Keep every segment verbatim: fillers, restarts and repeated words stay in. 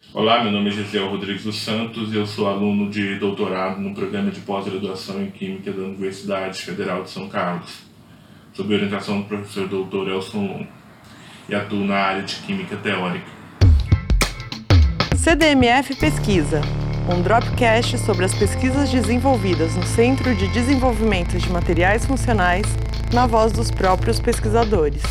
Olá, meu nome é Gisele Rodrigues dos Santos e eu sou aluno de doutorado no programa de pós-graduação em Química da Universidade Federal de São Carlos, sob orientação do professor doutor Elson Longo, e atuo na área de Química Teórica. C D M F Pesquisa, um dropcast sobre as pesquisas desenvolvidas no Centro de Desenvolvimento de Materiais Funcionais, na voz dos próprios pesquisadores.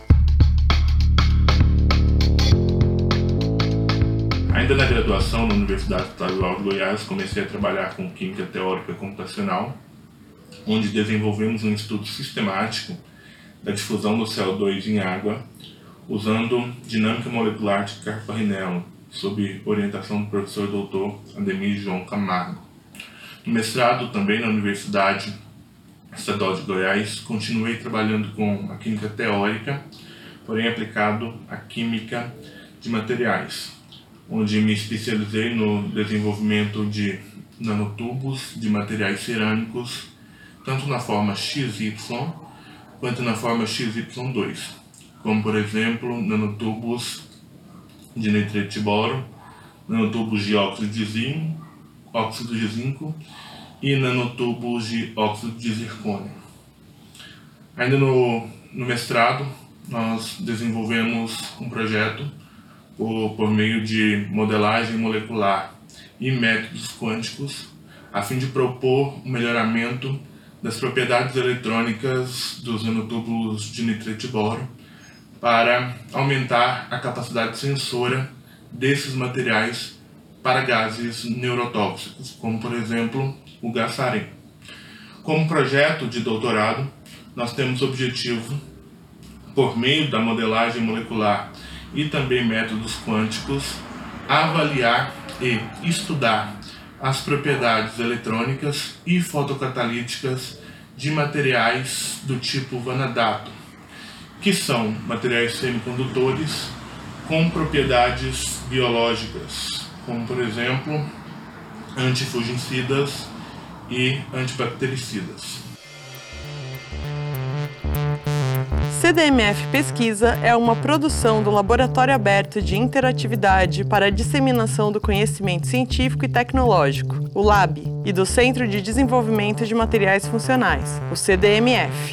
Ainda na graduação na Universidade Estadual de Goiás, comecei a trabalhar com Química Teórica Computacional, onde desenvolvemos um estudo sistemático da difusão do C O dois em água, usando dinâmica molecular de Carfo-Rinello, sob orientação do professor doutor Ademir João Camargo. No mestrado, também na Universidade Estadual de Goiás, continuei trabalhando com a Química Teórica, porém aplicado à Química de Materiais, onde me especializei no desenvolvimento de nanotubos de materiais cerâmicos, tanto na forma X Y quanto na forma X Y dois, como por exemplo nanotubos de nitrito de boro, nanotubos de óxido de zinco, óxido de zinco e nanotubos de óxido de zircônio. Ainda no, no mestrado, nós desenvolvemos um projeto por, por meio de modelagem molecular e métodos quânticos, a fim de propor o melhoramento das propriedades eletrônicas dos nanotubos de nitrito de boro para aumentar a capacidade sensora desses materiais para gases neurotóxicos, como por exemplo o gás sarin. Como projeto de doutorado, nós temos o objetivo, por meio da modelagem molecular e também métodos quânticos, avaliar e estudar as propriedades eletrônicas e fotocatalíticas de materiais do tipo vanadato, que são materiais semicondutores com propriedades biológicas, como por exemplo antifungicidas e antibactericidas. C D M F Pesquisa é uma produção do Laboratório Aberto de Interatividade para a Disseminação do Conhecimento Científico e Tecnológico, o LAB, e do Centro de Desenvolvimento de Materiais Funcionais, o C D M F.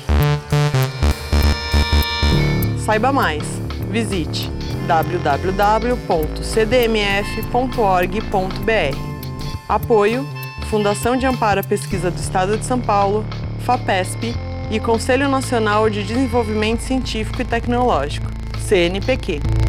Saiba mais, visite w w w ponto c d m f ponto org ponto b r. Apoio: Fundação de Amparo à Pesquisa do Estado de São Paulo, FAPESP e Conselho Nacional de Desenvolvimento Científico e Tecnológico, C N Pq.